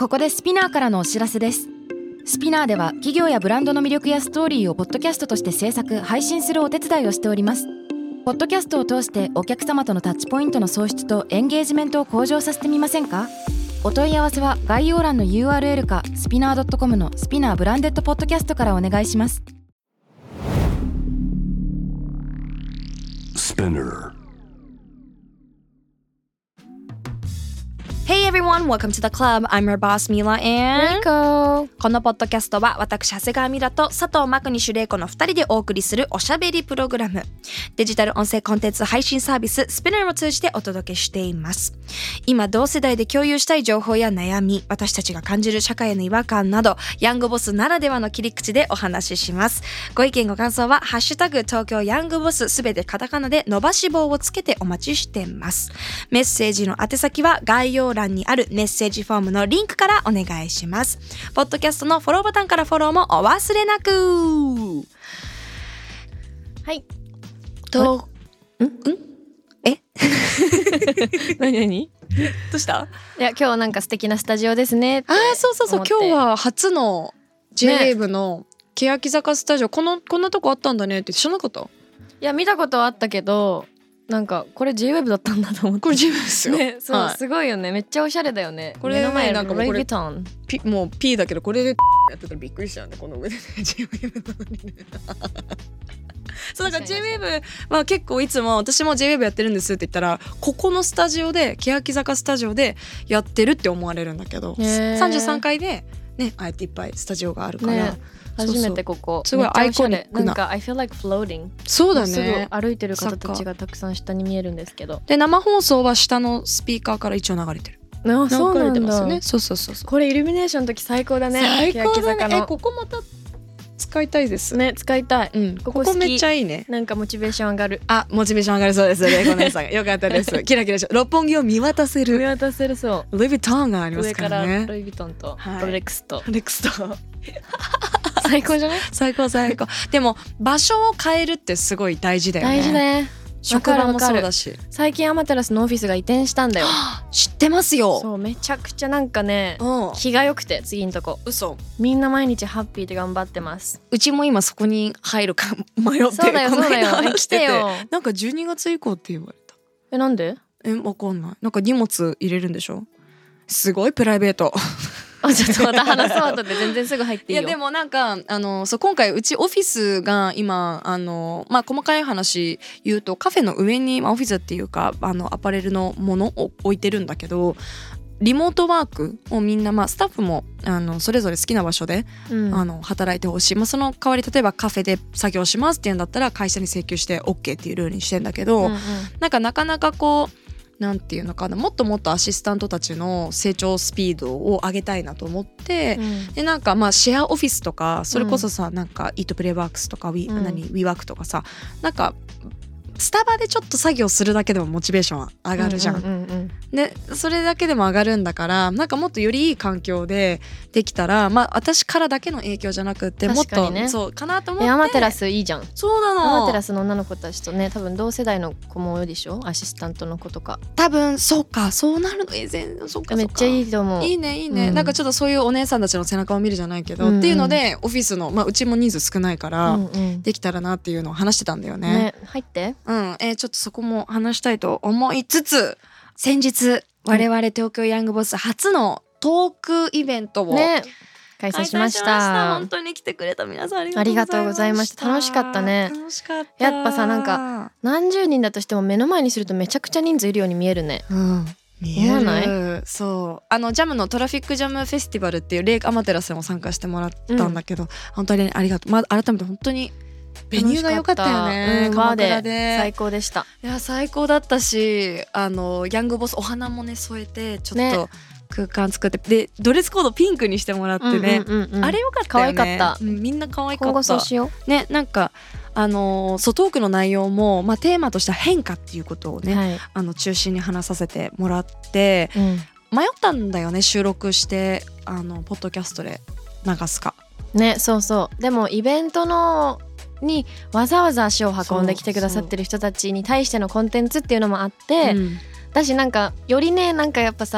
ここでスピナーからのお知らせです。スピナーでは企業やブランドの魅力やストーリーをポッドキャストとして制作・配信するお手伝いをしております。ポッドキャストを通してお客様とのタッチポイントの創出とエンゲージメントを向上させてみませんか？お問い合わせは概要欄の URL かスピナー .com のスピナーブランデッドポッドキャストからお願いします。 Hey everyone, welcome to the club. I'm your boss Mila and Rico。 このポッドキャストは私長谷川ミラと佐藤真国主玲子の2人でお送りするおしゃべりプログラム。デジタル音声コンテンツ配信サービススピナーを通じてお届けしています。今同世代で共有したい情報や悩み、私たちが感じる社会への違和感など、ヤングボスならではの切り口でお話しします。ご意見ご感想はハッシュタグ東京ヤングボスすべてカタカナで伸ばし棒をつけてお待ちしてます。メッセージの宛先は概要欄にあるメッセージフォームのリンクからお願いします。ポッドキャストのフォローボタンからフォローもお忘れなく。 はいとえ何どうした？ いや今日なんか素敵なスタジオですねって。 そう今日は初の J-Wave の欅坂スタジオ、こんなとこあったんだねって知らなかった？ いや見たことはあったけど、なんかこれ J-Wave だったんだと思って。 これ J-Wave ですよね、そう、 はい、 すごいよね。めっちゃおしゃれだよね。 これ目の前なんかもうこれルイ・ヴィトンもう P だけど、これでやってたらびっくりしたよね、この上でね J-Wave なのにねそうだから J-Wave は結構いつも私も J-Wave やってるんですって言ったら、ここのスタジオで欅坂スタジオでやってるって思われるんだけど、33階でね、あえていっぱいスタジオがあるから、ね、 初めてここすごいアイコニックな、 なんか I feel like floating。 そうだね、 すぐ歩いてる方たちがたくさん下に見えるんですけど、 で生放送は下のスピーカーから一応流れてる。 あ、そうなんだ、 ね、そうこれイルミネーションの時最高だね。 最高だね。 欅坂のここまた使いたいですね。使いたい、 うん、ここめっちゃいいね。 なんかモチベーション上がる。 あ、モチベーション上がるそうですね。ごめんなさい、よかったですキラキラし六本木を見渡せるそうルイ・ヴィトンがありますからね。 上からルイ・ヴィトンとロレックスと、最高じゃない？ 最高でも場所を変えるってすごい大事だよね。 大事ね。 職場もそうだし、 最近アマテラスのオフィスが移転したんだよ。 知ってますよ。 そう、めちゃくちゃなんかね、気が良くて、次のとこ嘘、 みんな毎日ハッピーで頑張ってます。 うちも今そこに入るか迷って、 そうだよこの間話してて、 来てよ。 なんか12月以降って言われた。 なんで？ わかんない。なんか荷物入れるんでしょ。すごいプライベートあ、ちょっとまた話そうとで全然すぐ入っていいよ。 いやでもなんかそう今回うちオフィスが今細かい話言うと、カフェの上に、オフィスっていうかアパレルのものを置いてるんだけど、リモートワークをみんな、スタッフもそれぞれ好きな場所で、働いてほしい、その代わり例えばカフェで作業しますっていうんだったら会社に請求して OK っていうルールにしてんだけど、なかなかこうなんていうのかな、もっともっとアシスタントたちの成長スピードを上げたいなと思って、でなんかシェアオフィスとか、それこそさ、なんかイートプレイワークスとかウィワークとかさ、なんかスタバでちょっと作業するだけでもモチベーション上がるじゃん、でそれだけでも上がるんだから、なんかもっとよりいい環境でできたら、私からだけの影響じゃなくて、もっと、ね、そうかなと思って。 アマテラスいいじゃん。 そうなの。 アマテラスの女の子たちとね、多分同世代の子も多いでしょ、アシスタントの子とか。 多分そうか、そうなるの。そうか、 めっちゃいいと思う。 いいね、なんかちょっとそういうお姉さんたちの背中を見るじゃないけど、っていうのでオフィスの、うちも人数少ないから、できたらなっていうのを話してたんだよね。 入って。 ちょっとそこも話したいと思いつつ、先日我々東京ヤングボス初のトークイベントを、 開催しました。 本当に来てくれた皆さんありがとうございました。楽しかったね。 楽しかった。 やっぱさ、なんか何十人だとしても目の前にするとめちゃくちゃ人数いるように見えるね。 見える。そうジャムのトラフィックジャムフェスティバルっていうレイクアマテラスも参加してもらったんだけど、本当にありがとう。改めて本当にベニューが良かったよね。鎌倉で最高でした。 いや最高だったし、ヤングボスお花もね添えてちょっと空間作って、でドレスコードピンクにしてもらってね、あれ良かったよね。 可愛かった。 みんな可愛かった。 今後そうしようね。なんかトークの内容も、テーマとしては変化っていうことをね、中心に話させてもらって、迷ったんだよね、収録してポッドキャストで流すかね。そうでもイベントにわざわざ足を運んできてくださってる人たちに対してのコンテンツっていうのもあって、だしなんかよりね、なんかやっぱさ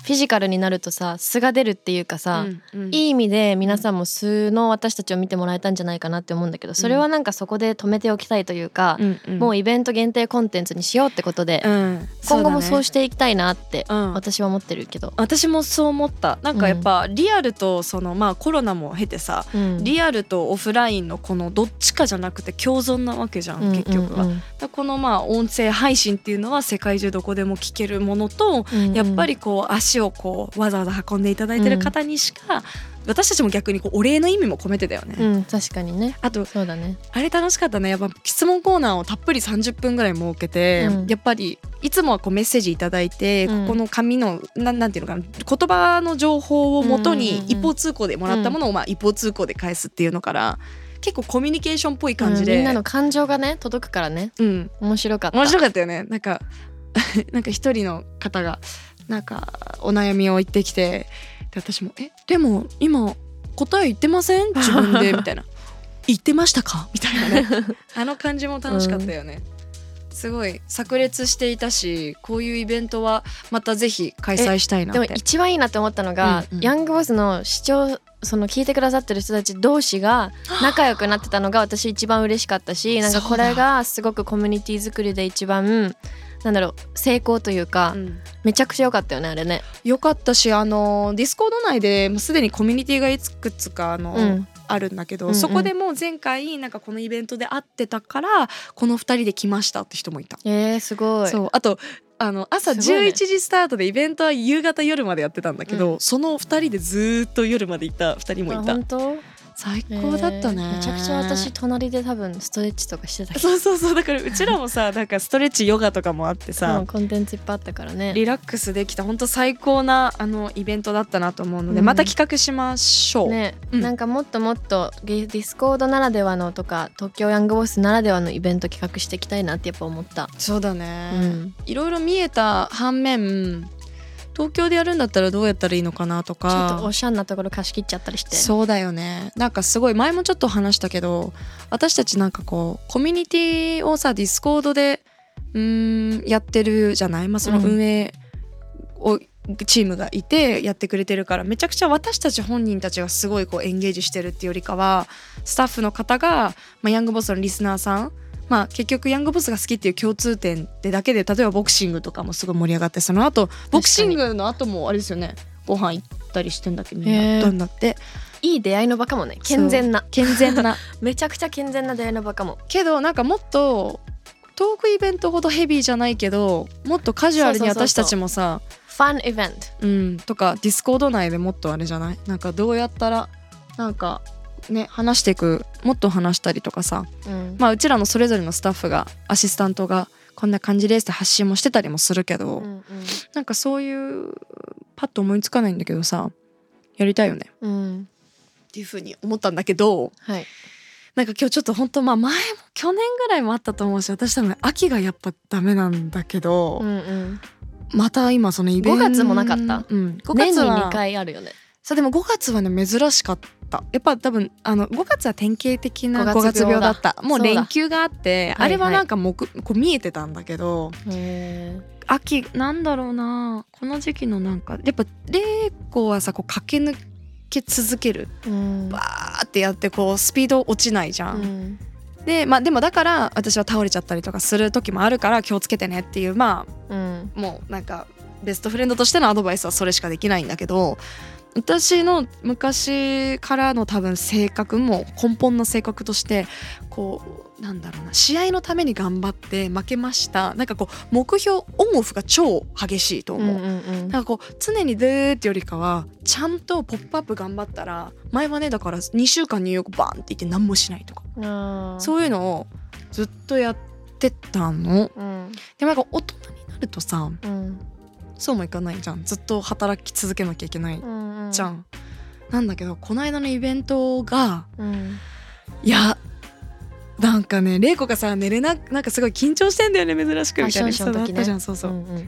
フィジカルになるとさ素が出るっていうかさ、 うんいい意味で皆さんも素の私たちを見てもらえたんじゃないかなって思うんだけど、それはなんかそこで止めておきたいというか、もうイベント限定コンテンツにしようってことで、今後もそうしていきたいなって私は思ってるけど、 私もそう思った。なんかやっぱリアルとそのまあコロナも経てさ、リアルとオフラインのこのどっちかじゃなくて共存なわけじゃん、結局は。このまあ音声配信っていうのは世界中どこでも聞けるものと、やっぱりこう足をこうわざわざ運んでいただいてる方にしか、私たちも逆にこうお礼の意味も込めてたよね。 確かにね。 あとそうだね、 あれ楽しかったね。やっぱ質問コーナーをたっぷり30分ぐらい設けて、やっぱりいつもはこうメッセージいただいて、ここの紙のなんていうのかな、言葉の情報をもとに一方通行でもらったものをまあ一方通行で返すっていうのから、結構コミュニケーションっぽい感じで、 みんなの感情がね届くからね、面白かった。 面白かったよね。なんか一人の方がなんかお悩みを言ってきて、で私もでも今答え言ってません自分でみたいな言ってましたかみたいなねあの感じも楽しかったよね、すごい炸裂していたし、こういうイベントはまたぜひ開催したいなって。 でも一番いいなって思ったのが、ヤングボスの視聴その聞いてくださってる人たち同士が仲良くなってたのが私一番嬉しかったし、なんかこれがすごくコミュニティ作りで一番なんだろう成功というか、めちゃくちゃ良かったよねあれね。 良かったし、ディスコード内でもうすでにコミュニティがいくつかあるんだけど、そこでもう前回なんかこのイベントで会ってたからこの2人で来ましたって人もいた。 すごい。 そう、あと朝11時スタートでイベントは夕方夜までやってたんだけど、その2人でずっと夜までいた2人もいた。 本当？ 最高だったね、 めちゃくちゃ私隣で多分ストレッチとかしてたけど。 そうだからうちらもさなんかストレッチヨガとかもあってさ、 コンテンツいっぱいあったからね、 リラックスできた本当最高なイベントだったなと思うので、また企画しましょうね。なんかもっともっとディスコードならではのとか東京ヤングボスならではのイベント企画していきたいなってやっぱ思った。 そうだね、いろいろ見えた反面、東京でやるんだったらどうやったらいいのかなとか、 ちょっとおしゃんなところ貸し切っちゃったりして。 そうだよね。なんかすごい前もちょっと話したけど、私たちなんかこうコミュニティをさディスコードでやってるじゃない、その運営をチームがいてやってくれてるから、めちゃくちゃ私たち本人たちがすごいこうエンゲージしてるっていうよりかは、スタッフの方が、ヤングボスのリスナーさん、結局ヤングボスが好きっていう共通点でだけで、例えばボクシングとかもすごい盛り上がって、その後ボクシングの後もあれですよね、ご飯行ったりしてんだけど、みんなどんなっていい出会いの場かもね。健全なめちゃくちゃ健全な出会いの場かも。 けどなんかもっとトークイベントほどヘビーじゃないけど、もっとカジュアルに私たちもさファンイベント、とかディスコード内でもっとあれじゃない、なんかどうやったらなんかね話していく、もっと話したりとかさ、うちらのそれぞれのスタッフがアシスタントがこんな感じですって発信もしてたりもするけど、なんかそういうパッと思いつかないんだけどさ、やりたいよね、っていう風に思ったんだけど、なんか今日ちょっと本当前も去年ぐらいもあったと思うし、私多分秋がやっぱダメなんだけど、また今そのイベント 5月もなかった、 5月は年に2回あるよね。 でも5月はね珍しかった。やっぱ多分5月は典型的な5月病だった。もう連休があって、あれはなんかこう見えてたんだけど、秋なんだろうな、この時期のなんかやっぱ玲子はさこう駆け抜け続ける、バーってやってこうスピード落ちないじゃん、でもだから私は倒れちゃったりとかする時もあるから気をつけてねっていう、もうなんかベストフレンドとしてのアドバイスはそれしかできないんだけど、私の昔からの多分性格も根本の性格としてこうなんだろうな、試合のために頑張って負けました、なんかこう目標オンオフが超激しいと思う、なんかこう常にでーってよりかはちゃんとポップアップ頑張ったら、前はねだから2週間ニューヨークバーンって言って何もしないとか、そういうのをずっとやってたの、でもなんか大人になるとさ、そうもいかないじゃん、ずっと働き続けなきゃいけないじゃん、なんだけどこの間のイベントが、いやなんかね玲子がさ寝れなんかすごい緊張してんだよね珍しくみたいなファッションショーの時ね、 じゃん、そう、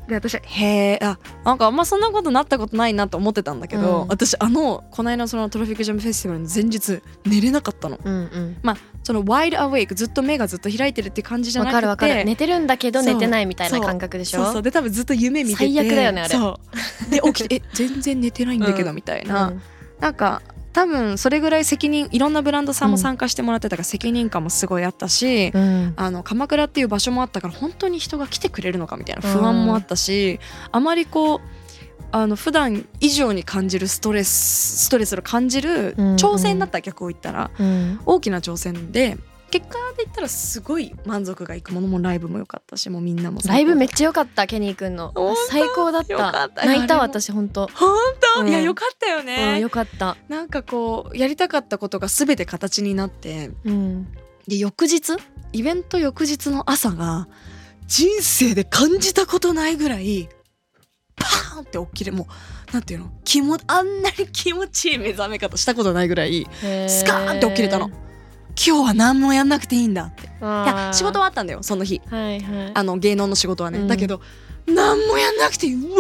で私なんかあんまそんなことなったことないなと思ってたんだけど、私この間そのトラフィックジャムフェスティバルの前日寝れなかったの、まあそのワイドアウェイク、ずっと目がずっと開いてるって感じじゃなくて、 わかる寝てるんだけど寝てないみたいな感覚でしょ。 そうで多分ずっと夢見てて最悪だよねあれ。 そうで起きて全然寝てないんだけどみたいな、なんか多分それぐらいいろんなブランドさんも参加してもらってたから責任感もすごいあったし、鎌倉っていう場所もあったから本当に人が来てくれるのかみたいな不安もあったし、あまりこう普段以上に感じるストレスを感じる挑戦だった、逆を言ったら、大きな挑戦で、結果で言ったらすごい満足がいくものも、ライブも良かったし、もうみんなもライブめっちゃ良かった。ケニーくんの最高だった。泣いた私本当。 いや良かったよね。 良かった。 なんかこうやりたかったことが全て形になって、でイベント翌日の朝が人生で感じたことないぐらいパーンって起きる、もうなんていうの、あんなに気持ちいい目覚め方したことないぐらいスカーンって起きれたの。今日は何もやんなくていいんだって。いや仕事はあったんだよその日、芸能の仕事はね、だけど何もやんなくていい、うわ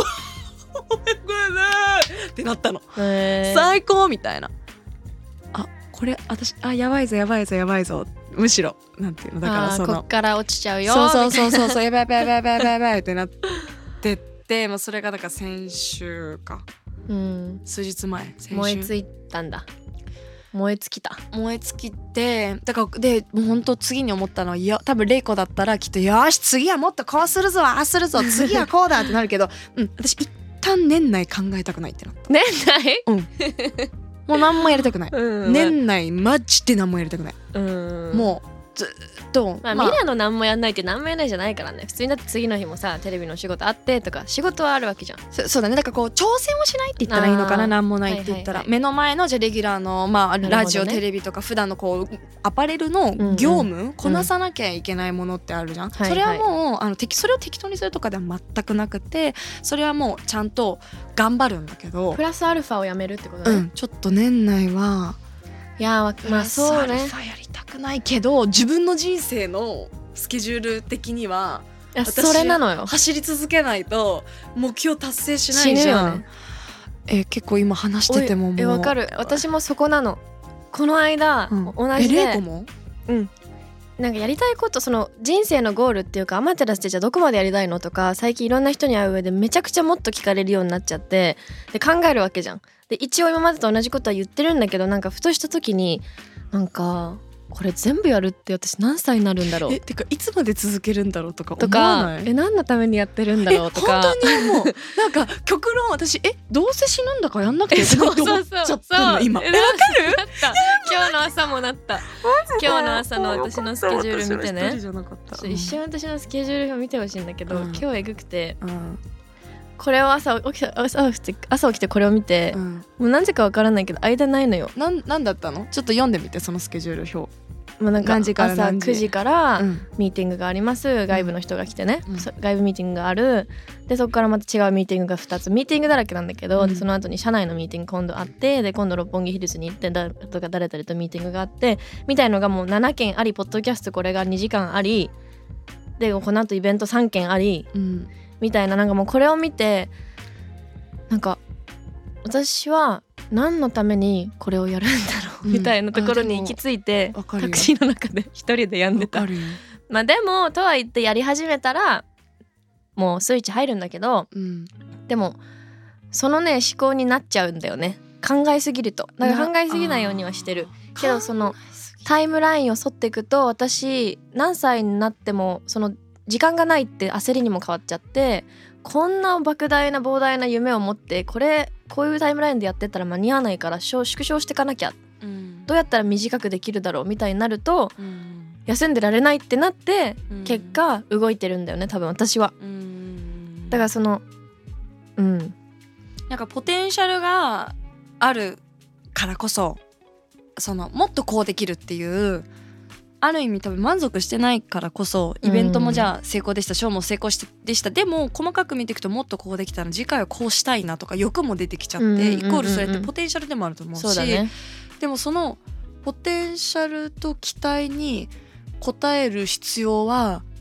ってなったの。最高みたいな。これ私やばいぞむしろなんていうの、だからこっから落ちちゃうよ、 そうやばいってなってって、それがだから先週か、数日前、先週燃えついたんだ。燃え尽きて、 だからでもう本当次に思ったのは、いや多分レイコだったらきっとよし次はもっとこうするぞああするぞ次はこうだってなるけど、私一旦年内考えたくないってなった。 年内？ もう何もやりたくない、年内マジで何もやりたくない、もうずっとミラの何もやんないって何もやんないじゃないからね。普通にだって次の日もさテレビの仕事あってとか仕事はあるわけじゃん。 そうだね。だからこう挑戦をしないって言ったらいいのかな。何もないって言ったら、目の前のじゃレギュラーのラジオ、テレビとか普段のこうアパレルの業務、こなさなきゃいけないものってあるじゃん、それはもうそれを適当にするとかでは全くなくて、それはもうちゃんと頑張るんだけど、 プラスアルファをやめるってことね。 ちょっと年内はいやそうね、やりたくないけど、自分の人生のスケジュール的にはそれなのよ。 走り続けないと目標達成しないじゃん。結構今話しててももうわかる。私もそこなの。この間、同じでレイコもなんかやりたいこと、その人生のゴールっていうか、アマテラスってじゃあどこまでやりたいのとか、最近いろんな人に会う上でめちゃくちゃもっと聞かれるようになっちゃって、で考えるわけじゃん。で一応今までと同じことは言ってるんだけど、なんかふとした時になんかこれ全部やるって私何歳になるんだろう、 てかいつまで続けるんだろうとか思わない？ 何のためにやってるんだろうとか、 本当にもうなんか極論私どうせ死ぬんだからやんなくてよって思っちゃったの今。わかる？ 今日の朝もなった。今日の朝の私のスケジュール見てね、一瞬私のスケジュールを見てほしいんだけど、今日えぐくて、これを朝起きてこれを見て、もう何時かわからないけど間ないのよ。 なんだったの？ちょっと読んでみて、そのスケジュール表。 なんか朝9時からミーティングがあります、外部の人が来てね、外部ミーティングがある。でそこからまた違うミーティングが2つ、ミーティングだらけなんだけど、でその後に社内のミーティング今度あって、で今度六本木ヒルズに行って誰々とミーティングがあってみたいのがもう7件あり、ポッドキャストこれが2時間ありで、この後イベント3件あり、みたいな、なんかもうこれを見て、なんか私は何のためにこれをやるんだろうみたいなところに行き着いて、タクシーの中で一人で病んでた。まあでもとは言ってやり始めたらもうスイッチ入るんだけど、でもそのね思考になっちゃうんだよね、考えすぎると。だから考えすぎないようにはしてるけど、そのタイムラインを沿っていくと、私何歳になってもその時間がないって焦りにも変わっちゃって、こんな莫大な膨大な夢を持ってこういうタイムラインでやってったら間に合わないから縮小していかなきゃ、どうやったら短くできるだろうみたいになると、休んでられないってなって、結果動いてるんだよね多分私は。だからそのなんかポテンシャルがあるからこそ、そのもっとこうできるっていう、ある意味多分満足してないからこそ、イベントもじゃあ成功でした、ショーも成功でした、でも細かく見ていくともっとこうできたら次回はこうしたいなとか欲も出てきちゃって、イコールそれってポテンシャルでもあると思うし、 そうだね、 でもそのポテンシャルと期待に応える必要は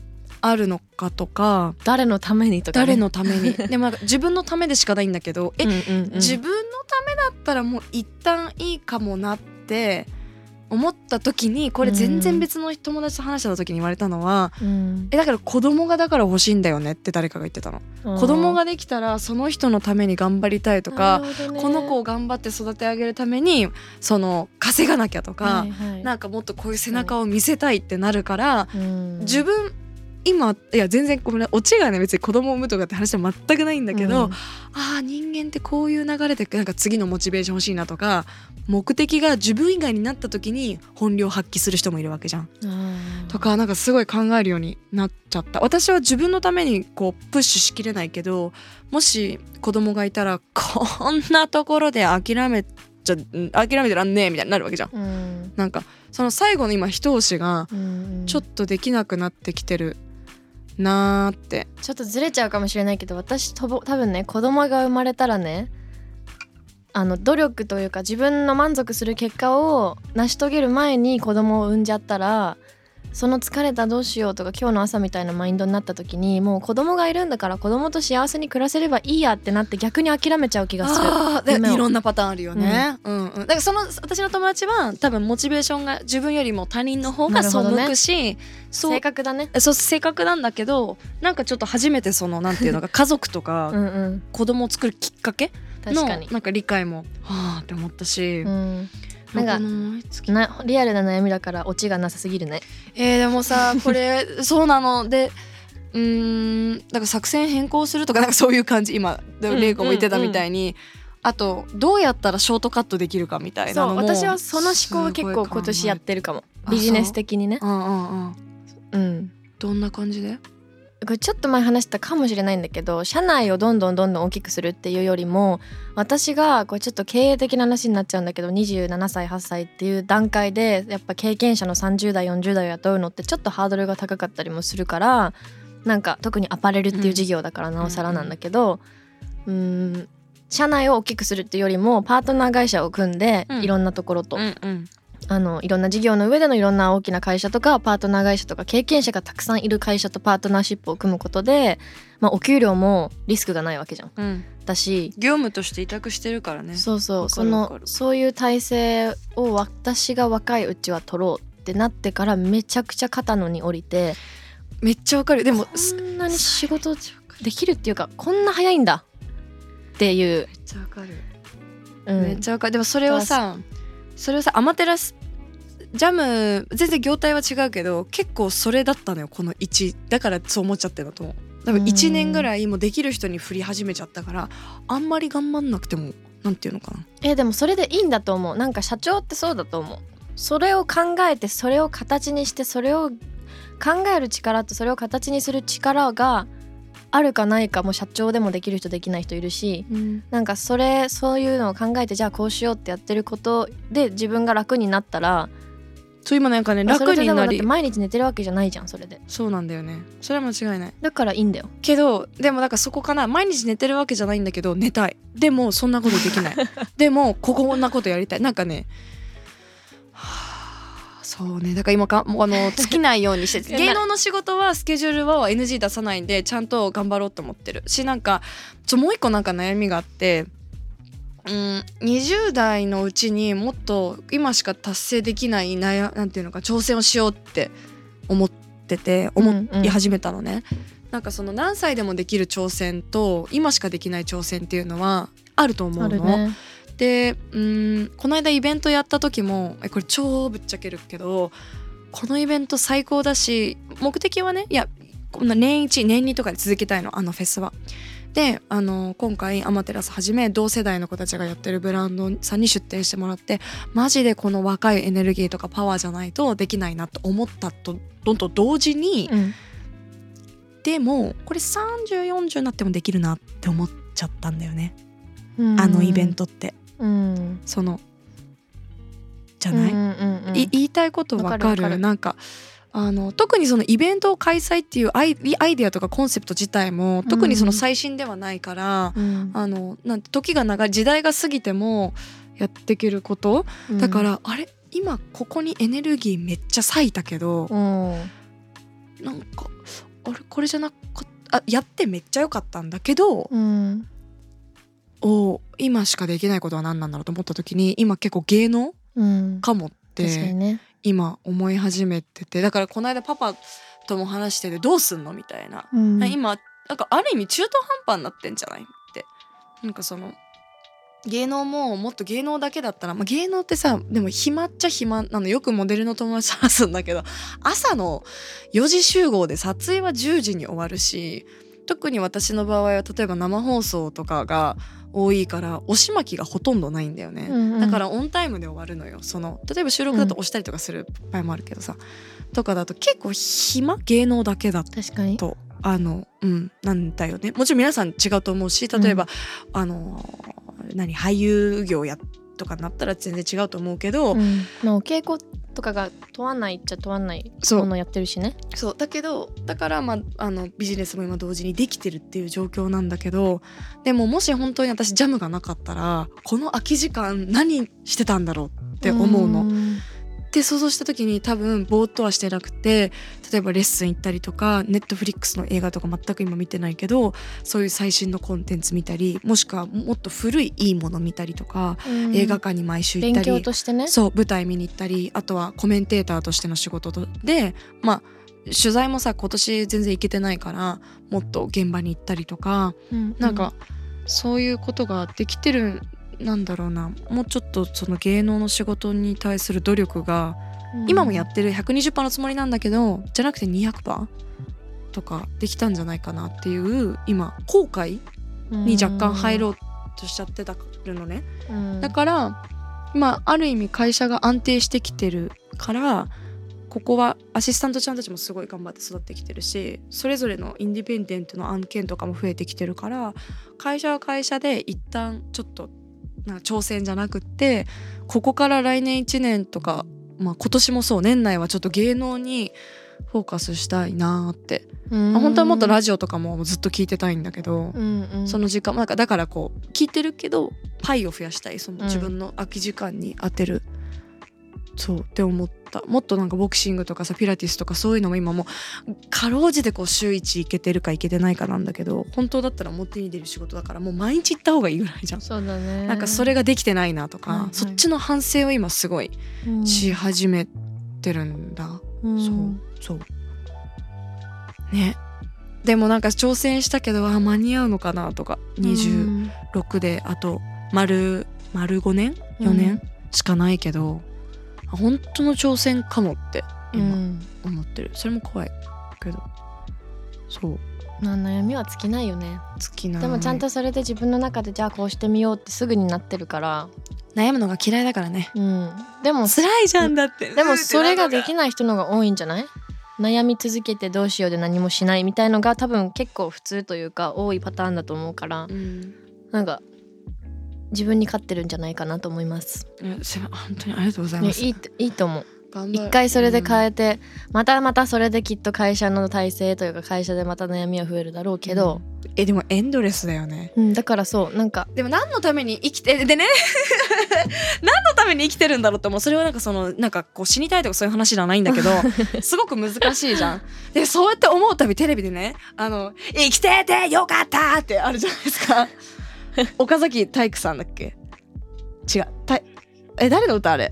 あるのかとか、 誰のためにとか、ね、 誰のためにでもなんか自分のためでしかないんだけど自分のためだったらもう一旦いいかもなって思った時に、これ全然別の友達と話した時に言われたのは、だから子供がだから欲しいんだよねって誰かが言ってたの。子供ができたらその人のために頑張りたいとか、この子を頑張って育て上げるためにその稼がなきゃとか、なんかもっとこういう背中を見せたいってなるから、自分今いや全然これオチがね別に子供を産むとかって話は全くないんだけど、人間ってこういう流れでなんか次のモチベーション欲しいなとか、目的が自分以外になった時に本領発揮する人もいるわけじゃん、とかなんかすごい考えるようになっちゃった。私は自分のためにこうプッシュしきれないけど、もし子供がいたらこんなところで諦めてらんねえみたいになるわけじゃん、なんかその最後の今一押しがちょっとできなくなってきてるなーって。 ちょっとずれちゃうかもしれないけど、私多分ね子供が生まれたらね、努力というか自分の満足する結果を成し遂げる前に子供を産んじゃったら、その疲れたどうしようとか今日の朝みたいなマインドになった時に、もう子供がいるんだから子供と幸せに暮らせればいいやってなって逆に諦めちゃう気がする。 いろんなパターンあるよね、だから私の友達は多分モチベーションが自分よりも他人の方が背くし、 性格だね。 そう性格なんだけど、なんかちょっと初めてそのなんていうのか家族とか子供を作るきっかけのなんか理解もはあって思ったし、 なんかリアルな悩みだからオチがなさすぎるね。 でもさこれそうなのでだから作戦変更するとかなんかそういう感じ、今レイコも言ってたみたいに、あとどうやったらショートカットできるかみたいなのも、 私はその思考を結構今年やってるかも、ビジネス的にね。 どんな感じで？ これちょっと前話したかもしれないんだけど、社内をどんどん大きくするっていうよりも、私がこれちょっと経営的な話になっちゃうんだけど、27歳8歳っていう段階でやっぱ経験者の30代40代を雇うのってちょっとハードルが高かったりもするから、なんか特にアパレルっていう事業だからなおさらなんだけど、社内を大きくするっていうよりもパートナー会社を組んで、いろんなところといろんな事業の上でのいろんな大きな会社とかパートナー会社とか経験者がたくさんいる会社とパートナーシップを組むことで、お給料もリスクがないわけじゃん、だし業務として委託してるからね。 そういう体制を私が若いうちは取ろうってなってからめちゃくちゃ肩の荷降りて、 めっちゃわかる。でもこんなに仕事できるっていうかこんな早いんだっていう。 めっちゃわかる、めっちゃわかる。でもそれをさアマテラスジャム全然業態は違うけど結構それだったのよ、この1だからそう思っちゃってるのと。多分1年ぐらいもうできる人に振り始めちゃったから、あんまり頑張んなくてもなんていうのかな。 でもそれでいいんだと思う。なんか社長ってそうだと思う。それを考えてそれを形にしてそれを考える力とそれを形にする力があるかないかも社長でもできる人できない人いるし、なんかそういうのを考えてじゃあこうしようってやってることで自分が楽になったら、 そう今なんかね楽になり、 だって毎日寝てるわけじゃないじゃん。それでそうなんだよね、それは間違いない。 だからいいんだよ。 けどでもなんかそこかな、毎日寝てるわけじゃないんだけど寝たい、でもそんなことできないでもこんなことやりたい、なんかねそうね、だから今もう尽きないようにして芸能の仕事はスケジュールは NG 出さないんでちゃんと頑張ろうと思ってるし、なんかもう一個なんか悩みがあって、20代のうちにもっと今しか達成できないなんていうのか挑戦をしようって思い始めたのね。なんかその何歳でもできる挑戦と今しかできない挑戦っていうのはあると思うの、ね、でこの間イベントやった時もこれ超ぶっちゃけるけど、このイベント最高だし目的はね、いやこんな年1年2とかで続けたいの、フェスは。で今回アマテラスはじめ同世代の子たちがやってるブランドさんに出店してもらって、マジでこの若いエネルギーとかパワーじゃないとできないなと思ったと同時に、でもこれ30、40になってもできるなって思っちゃったんだよね、イベントって、そのじゃない、言いたいことわかる。なんか特にそのイベントを開催っていうアイデアとかコンセプト自体も特にその最新ではないから、なんて時が長い時代が過ぎてもやっていけること、だからあれ今ここにエネルギーめっちゃ割いたけど、なんかあれこれじゃなかったやってめっちゃ良かったんだけど、今しかできないことは何なんだろうと思った時に今結構芸能かもって今思い始めてて、だからこの間パパとも話しててどうすんのみたいな、今なんかある意味中途半端になってんじゃないって、なんかその芸能ももっと芸能だけだったら、芸能ってさでも暇っちゃ暇なの。よくモデルの友達と話すんだけど、朝の4時集合で撮影は10時に終わるし、特に私の場合は例えば生放送とかが多いから押し巻きがほとんどないんだよね、だからオンタイムで終わるのよ。その例えば収録だと押したりとかする場合もあるけどさ、とかだと結構暇、芸能だけだと確かになんだよね。もちろん皆さん違うと思うし、例えば、俳優業やとかなったら全然違うと思うけど、 お稽古とかが問わないっちゃ問わないものやってるしね。 そうだけどだからビジネスも今同時にできてるっていう状況なんだけど、でももし本当に私ジャムがなかったらこの空き時間何してたんだろうって思うの。って想像した時に多分ぼーっとはしてなくて、例えばレッスン行ったりとかネットフリックスの映画とか全く今見てないけど、そういう最新のコンテンツ見たり、もしくはもっと古いいいもの見たりとか、映画館に毎週行ったり、 勉強としてね、 そう舞台見に行ったり、あとはコメンテーターとしての仕事で取材もさ今年全然行けてないからもっと現場に行ったりとか、なんかそういうことができてる。なんだろうな、もうちょっとその芸能の仕事に対する努力が、今もやってる 120% のつもりなんだけどじゃなくて 200% とかできたんじゃないかなっていう今後悔に若干入ろうとしちゃってたのね、だからある意味会社が安定してきてるから、ここはアシスタントちゃんたちもすごい頑張って育ってきてるし、それぞれのインディペンデントの案件とかも増えてきてるから、会社は会社で一旦ちょっと挑戦じゃなくって、ここから来年1年とか、今年もそう年内はちょっと芸能にフォーカスしたいなって、本当はもっとラジオとかもずっと聞いてたいんだけど、その時間だからこう聞いてるけどパイを増やしたい、その自分の空き時間に当てる、そうって思った。もっとなんかボクシングとかさピラティスとかそういうのも今もかろうじてこう週1行けてるか行けてないかなんだけど、本当だったら表に出る仕事だからもう毎日行った方がいいぐらいじゃん。 そうだね。 なんかそれができてないなとか、そっちの反省を今すごいし始めてるんだ、そうね。でもなんか挑戦したけど間に合うのかなとか、26であと丸5年4年しかないけど、本当の挑戦かもって今思ってる、それも怖いけど、そう悩みは尽きないよね。 尽きない。 でもちゃんとそれで自分の中でじゃあこうしてみようってすぐになってるから、 悩むのが嫌いだからね、 でも辛いじゃんだって。 でもそれができない人の方が多いんじゃない？悩み続けてどうしようで何もしないみたいのが多分結構普通というか多いパターンだと思うから、なんか自分に勝ってるんじゃないかなと思います。 本当にありがとうございます。 いいと思う。一回それで変えて、またそれできっと会社の体制というか会社でまた悩みは増えるだろうけど、 でもエンドレスだよね、 だからそうなんかでも何のために生きてでね何のために生きてるんだろうって思う。それはなんかなんかこう死にたいとかそういう話じゃないんだけどすごく難しいじゃん。でそうやって思うたびテレビでね生きててよかったってあるじゃないですか岡崎体育さんだっけ、違う誰の歌あれ、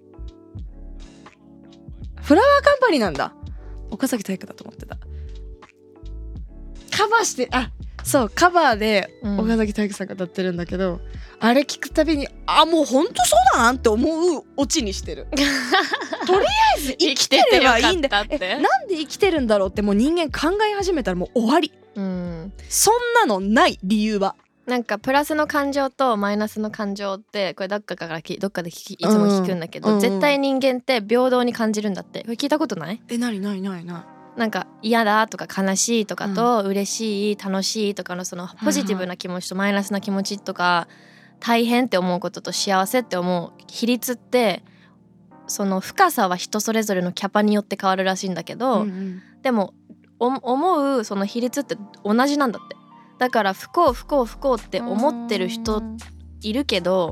フラワーカンパニーなんだ。岡崎体育だと思ってた。カバーしてそうカバーで岡崎体育さんが歌ってるんだけど、あれ聞くたびにもうほんとそうだなって思うオチにしてるとりあえず生きてればいいんだなんで生きてるんだろうってもう人間考え始めたらもう終わり、そんなのない理由は。 なんかプラスの感情とマイナスの感情ってこれどっかでいつも聞くんだけど、絶対人間って平等に感じるんだって。これ聞いたことない？ ないなんか嫌だとか悲しいとかと嬉しい楽しいとかのそのポジティブな気持ちとマイナスな気持ちとか大変って思うことと幸せって思う比率ってその深さは人それぞれのキャパによって変わるらしいんだけど、でも思うその比率って同じなんだって。だから不幸って思ってる人いるけど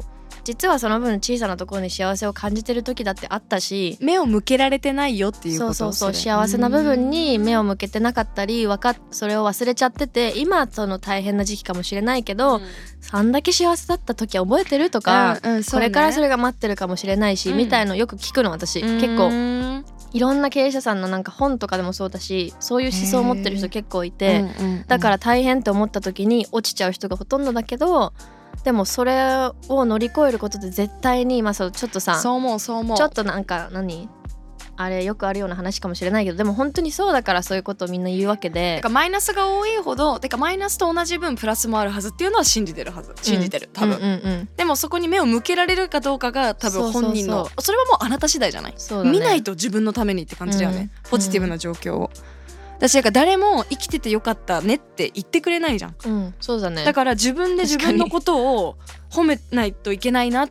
実はその分小さなところに幸せを感じてる時だってあったし、 目を向けられてないよっていうこと。 そう幸せな部分に目を向けてなかったりそれを忘れちゃってて、今その大変な時期かもしれないけど、あんだけ幸せだった時覚えてるとか、これからそれが待ってるかもしれないし、みたいのよく聞くの私。結構いろんな経営者さんのなんか本とかでもそうだし、そういう思想を持ってる人結構いて、だから大変って思った時に落ちちゃう人がほとんどだけど、でもそれを乗り越えることで絶対に、ちょっとさ、 そう思うちょっとなんかあれよくあるような話かもしれないけど、でも本当にそうだからそういうことをみんな言うわけで、 マイナスが多いほど、マイナスと同じ分プラスもあるはずっていうのは信じてる多分、でもそこに目を向けられるかどうかが多分本人の、それはもうあなた次第じゃない、見ないと自分のためにって感じだよね、ポジティブな状況を。私誰も生きててよかったねって言ってくれないじゃん、 そうだね。 だから自分で自分のことを褒めないといけないなって、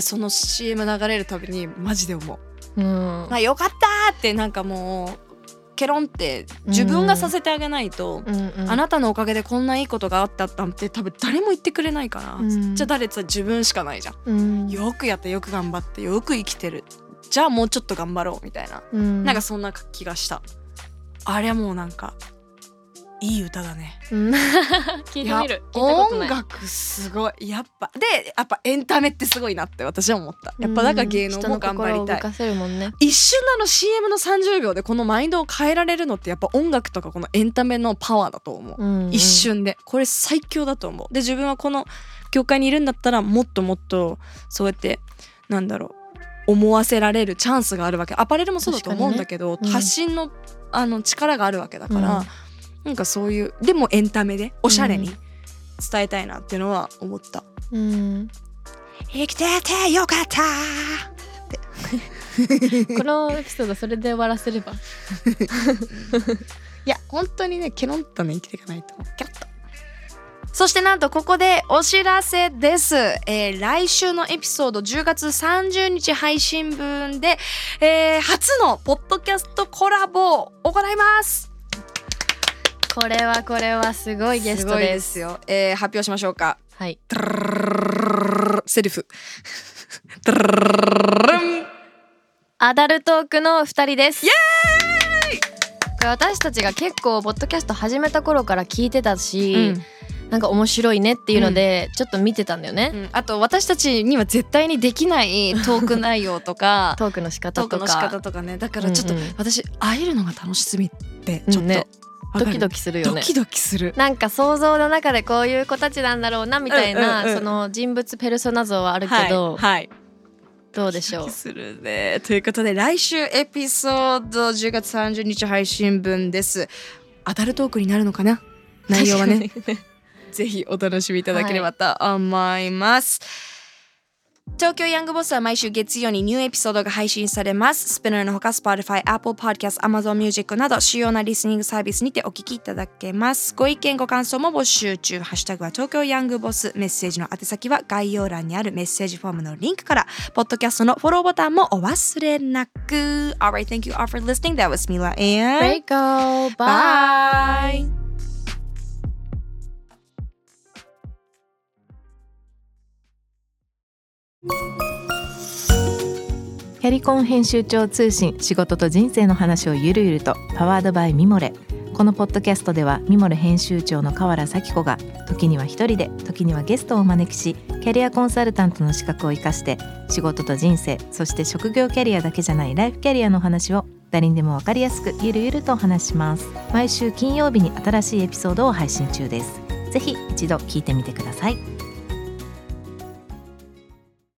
その CM 流れるたびにマジで思う。よかったってなんかもうケロンって自分がさせてあげないと、あなたのおかげでこんないいことがあったって多分誰も言ってくれないから、じゃあ誰って自分しかないじゃん、よくやってよく頑張ってよく生きてる、じゃあもうちょっと頑張ろうみたいな、なんかそんな気がした。あれはもうなんかいい歌だね、 聞いてみる。 音楽すごい、やっぱエンタメってすごいなって私は思った。やっぱだから芸能も頑張りたい。 人の心を動かせるもんね。 一瞬のCM の30秒でこのマインドを変えられるのってやっぱ音楽とかこのエンタメのパワーだと思う、一瞬でこれ最強だと思う。で自分はこの業界にいるんだったらもっともっとそうやって思わせられるチャンスがあるわけ。アパレルもそうだと思うんだけど、発信の力があるわけだから、なんかそういうでもエンタメでおしゃれに伝えたいなっていうのは思った、生きててよかったってこのエピソードそれで終わらせればいや本当にねケロンとね生きていかないとキャッと。そしてなんとここでお知らせです、来週のエピソード10月30日配信分で、初のポッドキャストコラボを行います。 これはすごいゲストです。すごいですよ、発表しましょうか。 はい。 セリフアダルトークの2人です。 イエーイ。 これ私たちが結構ポッドキャスト始めた頃から聞いてたし、なんか面白いねっていうのでちょっと見てたんだよね、 あと私たちには絶対にできないトーク内容とかトークの仕方とかね。だからちょっと私会えるのが楽しすぎてちょっと、 ドキドキするよね。 ドキドキする。 なんか想像の中でこういう子たちなんだろうなみたいな、その人物ペルソナ像はあるけど、どうでしょう。 ドキドキするね。ということで来週エピソード10月30日配信分です。アダルトークになるのかな、内容はねぜひお楽しみいただければと思います、東京ヤングボスは毎週月曜にニューエピソードが配信されます。スピナーのほか Spotify、Apple Podcast、Amazon Music など主要なリスニングサービスにてお聞きいただけます。ご意見ご感想も募集中。ハッシュタグは東京ヤングボス。メッセージの宛先は概要欄にあるメッセージフォームのリンクから。ポッドキャストのフォローボタンもお忘れなく。 Alright, thank you all for listening. That was Mila and Reiko. Bye. キャリコン編集長通信、仕事と人生の話をゆるゆると、パワードバイミモレ。このポッドキャストではミモレ編集長の河原咲子が時には一人で時にはゲストをお招きし、キャリアコンサルタントの資格を生かして仕事と人生、そして職業キャリアだけじゃないライフキャリアの話を誰にでも分かりやすくゆるゆるとお話します。毎週金曜日に新しいエピソードを配信中です。ぜひ一度聞いてみてください。